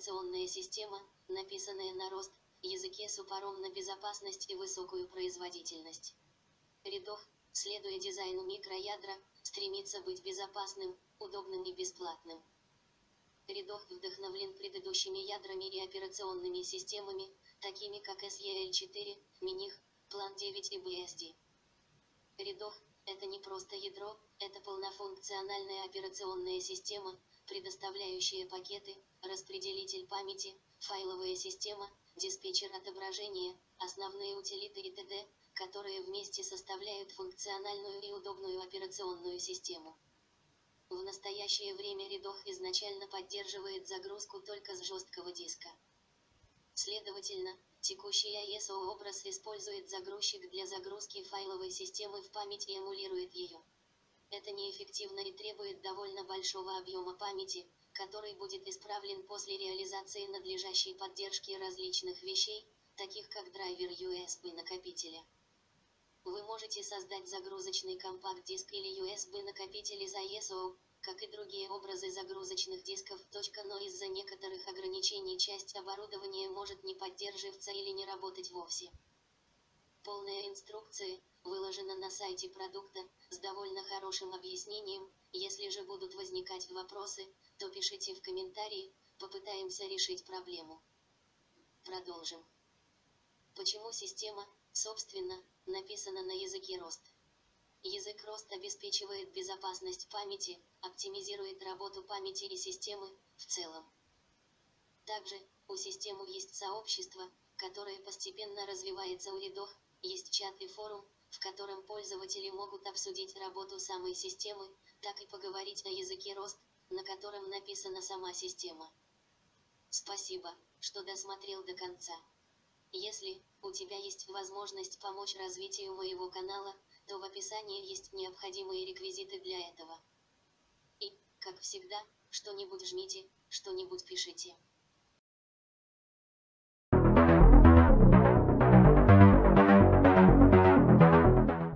операционная система, написанная на ROST языке с упором на безопасность и высокую производительность. Redux, следуя дизайну микроядра, стремится быть безопасным, удобным и бесплатным. Redux вдохновлен предыдущими ядрами и операционными системами, такими как SEL4, Minix, Plan 9 и BSD. Redux – это не просто ядро, это полнофункциональная операционная система, предоставляющая пакеты, распределитель памяти, файловая система, диспетчер отображения, основные утилиты и т.д., которые вместе составляют функциональную и удобную операционную систему. В настоящее время Redux изначально поддерживает загрузку только с жесткого диска. Следовательно, текущий ISO-образ использует загрузчик для загрузки файловой системы в память и эмулирует ее. Это неэффективно и требует довольно большого объема памяти, который будет исправлен после реализации надлежащей поддержки различных вещей, таких как драйвер USB-накопителя. Вы можете создать загрузочный компакт-диск или USB-накопитель из ISO, как и другие образы загрузочных дисков, но из-за некоторых ограничений часть оборудования может не поддерживаться или не работать вовсе. Полная инструкция выложена на сайте продукта, с довольно хорошим объяснением. Если же будут возникать вопросы, то пишите в комментарии, попытаемся решить проблему. Продолжим. Почему система, собственно, написана на языке ROST? Язык ROST обеспечивает безопасность памяти, оптимизирует работу памяти и системы в целом. Также, у системы есть сообщество, которое постепенно развивается у Redux, есть чат и форум, в котором пользователи могут обсудить работу самой системы, так и поговорить о языке ROST, на котором написана сама система. Спасибо, что досмотрел до конца. Если у тебя есть возможность помочь развитию моего канала, то в описании есть необходимые реквизиты для этого. И, как всегда, что-нибудь жмите, что-нибудь пишите.